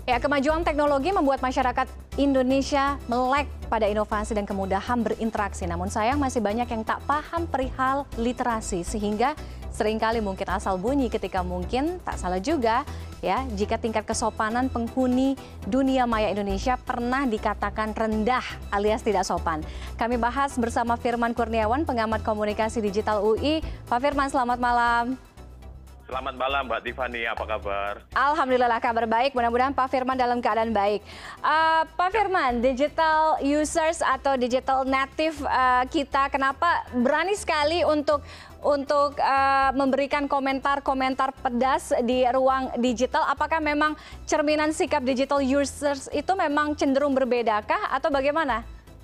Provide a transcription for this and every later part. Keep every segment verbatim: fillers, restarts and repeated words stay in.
Ya, kemajuan teknologi membuat masyarakat Indonesia melek pada inovasi dan kemudahan berinteraksi. Namun sayang masih banyak yang tak paham perihal literasi sehingga seringkali mungkin asal bunyi ketika mungkin tak salah juga ya jika tingkat kesopanan penghuni dunia maya Indonesia pernah dikatakan rendah alias tidak sopan. Kami bahas bersama Firman Kurniawan, pengamat komunikasi digital U I. Pak Firman, selamat malam. Selamat malam Mbak Tiffany, apa kabar? Alhamdulillah kabar baik, mudah-mudahan Pak Firman dalam keadaan baik. Uh, Pak Firman, digital users atau digital native uh, kita kenapa berani sekali untuk untuk uh, memberikan komentar-komentar pedas di ruang digital? Apakah memang cerminan sikap digital users itu memang cenderung berbedakah atau bagaimana?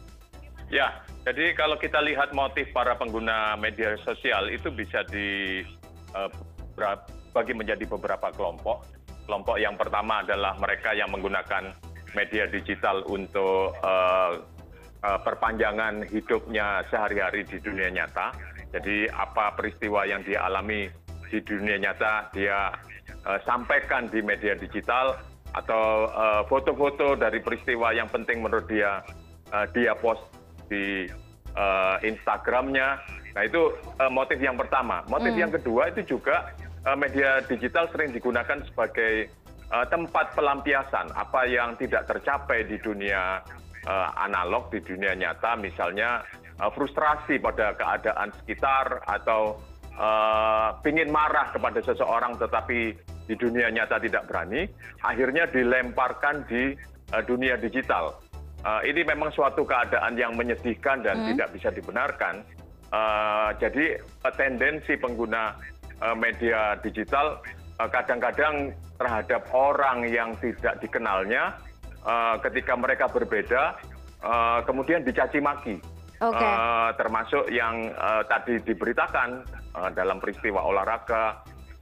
Ya, jadi kalau kita lihat motif para pengguna media sosial itu bisa di uh, bagi menjadi beberapa kelompok. Kelompok yang pertama adalah mereka yang menggunakan media digital untuk uh, uh, perpanjangan hidupnya sehari-hari di dunia nyata. Jadi apa peristiwa yang dia alami di dunia nyata dia uh, sampaikan di media digital, atau foto-foto uh, dari peristiwa yang penting menurut dia uh, dia post di uh, Instagramnya. Nah itu uh, motif yang pertama. Motif hmm. yang kedua itu juga uh, media digital sering digunakan sebagai uh, tempat pelampiasan apa yang tidak tercapai di dunia uh, analog, di dunia nyata. Misalnya uh, frustrasi pada keadaan sekitar atau uh, ingin marah kepada seseorang tetapi di dunia nyata tidak berani, akhirnya dilemparkan di uh, dunia digital. Uh, ini memang suatu keadaan yang menyedihkan dan hmm. tidak bisa dibenarkan. Uh, jadi uh, tendensi pengguna uh, media digital kadang-kadang uh, terhadap orang yang tidak dikenalnya, uh, ketika mereka berbeda, uh, kemudian dicaci maki. Okay. Uh, termasuk yang uh, tadi diberitakan uh, dalam peristiwa olahraga,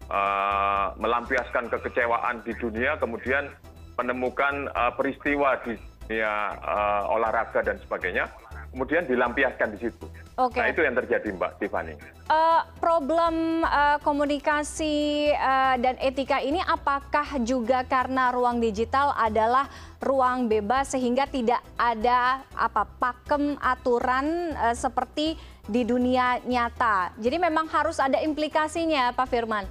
uh, melampiaskan kekecewaan di dunia, kemudian menemukan uh, peristiwa di dunia uh, olahraga dan sebagainya, kemudian dilampiaskan di situ. Okay. Nah itu yang terjadi Mbak Tiffany. Uh, problem uh, komunikasi uh, dan etika ini apakah juga karena ruang digital adalah ruang bebas sehingga tidak ada apa pakem aturan uh, seperti di dunia nyata. Jadi memang harus ada implikasinya Pak Firman.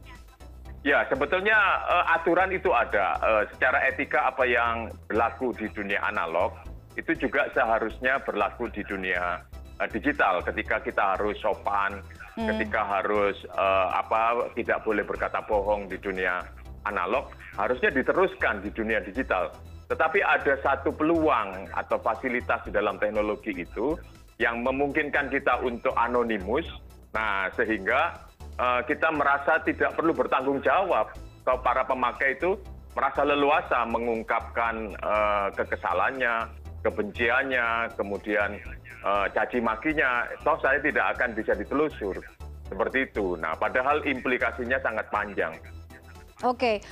Ya, sebetulnya uh, aturan itu ada. Uh, secara etika apa yang berlaku di dunia analog itu juga seharusnya berlaku di dunia uh, digital. Ketika kita harus sopan, hmm. ketika harus uh, apa tidak boleh berkata bohong di dunia analog, harusnya diteruskan di dunia digital. Tetapi ada satu peluang atau fasilitas di dalam teknologi itu yang memungkinkan kita untuk anonimus. Nah, sehingga uh, kita merasa tidak perlu bertanggung jawab. Kalau para pemakai itu merasa leluasa mengungkapkan uh, kekesalannya, kebenciannya, kemudian uh, caci makinya, toh saya tidak akan bisa ditelusur seperti itu. Nah, padahal implikasinya sangat panjang. Oke, okay.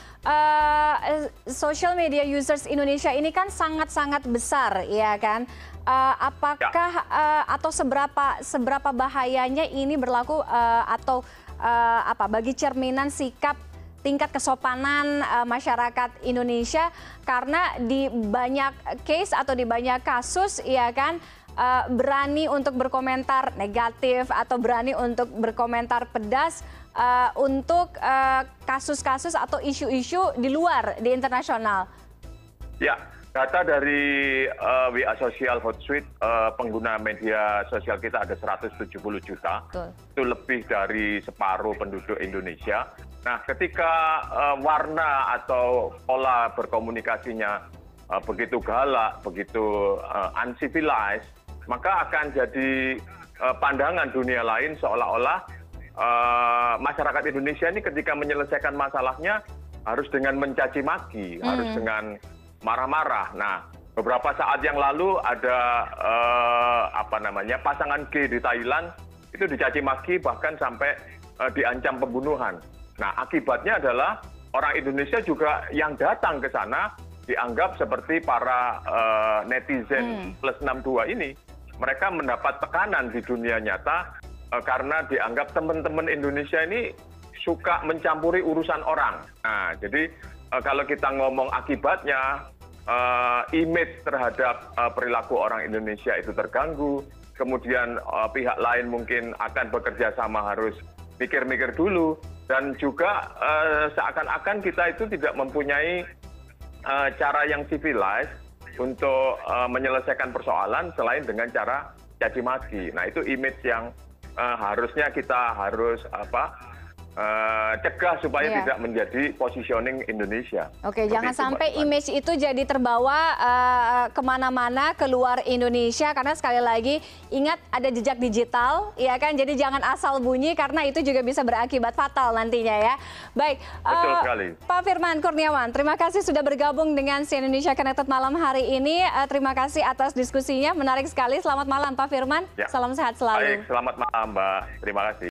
uh, social media users Indonesia ini kan sangat-sangat besar, ya kan? Uh, apakah ya. uh, atau seberapa seberapa bahayanya ini berlaku uh, atau uh, apa bagi cerminan sikap tingkat kesopanan uh, masyarakat Indonesia, karena di banyak case atau di banyak kasus ya kan uh, berani untuk berkomentar negatif atau berani untuk berkomentar pedas uh, untuk kasus-kasus uh, atau isu-isu di luar di internasional. Ya, data dari uh, W A Social Hotsuite, uh, pengguna media sosial kita ada seratus tujuh puluh juta. Betul. Itu lebih dari separuh penduduk Indonesia. Nah, ketika uh, warna atau pola berkomunikasinya uh, begitu galak, begitu uh, uncivilized, maka akan jadi uh, pandangan dunia lain seolah-olah uh, masyarakat Indonesia ini ketika menyelesaikan masalahnya harus dengan mencaci maki, hmm. harus dengan marah-marah. Nah, beberapa saat yang lalu ada uh, apa namanya pasangan gay di Thailand itu dicaci maki bahkan sampai uh, diancam pembunuhan. Nah, akibatnya adalah orang Indonesia juga yang datang ke sana dianggap seperti para uh, netizen hmm. plus enam puluh dua ini. Mereka mendapat tekanan di dunia nyata uh, karena dianggap teman-teman Indonesia ini suka mencampuri urusan orang. Nah, jadi uh, kalau kita ngomong akibatnya, uh, image terhadap uh, perilaku orang Indonesia itu terganggu. Kemudian uh, pihak lain mungkin akan bekerja sama harus mikir-mikir dulu. Dan juga uh, seakan-akan kita itu tidak mempunyai uh, cara yang civilized untuk uh, menyelesaikan persoalan selain dengan cara caci maki. Nah itu image yang uh, harusnya kita harus apa uh, cegah supaya yeah. tidak menjadi positioning Indonesia. Oke, seperti jangan itu, sampai Mbak. image itu jadi terbawa uh, kemana-mana keluar Indonesia, karena sekali lagi ingat ada jejak digital, ya kan? Jadi jangan asal bunyi karena itu juga bisa berakibat fatal nantinya ya. Baik, Betul uh, sekali. Pak Firman Kurniawan, terima kasih sudah bergabung dengan C N N Indonesia Connected malam hari ini. Uh, terima kasih atas diskusinya, menarik sekali. Selamat malam Pak Firman, Ya. salam sehat selalu. Baik, selamat malam Mbak. Terima kasih.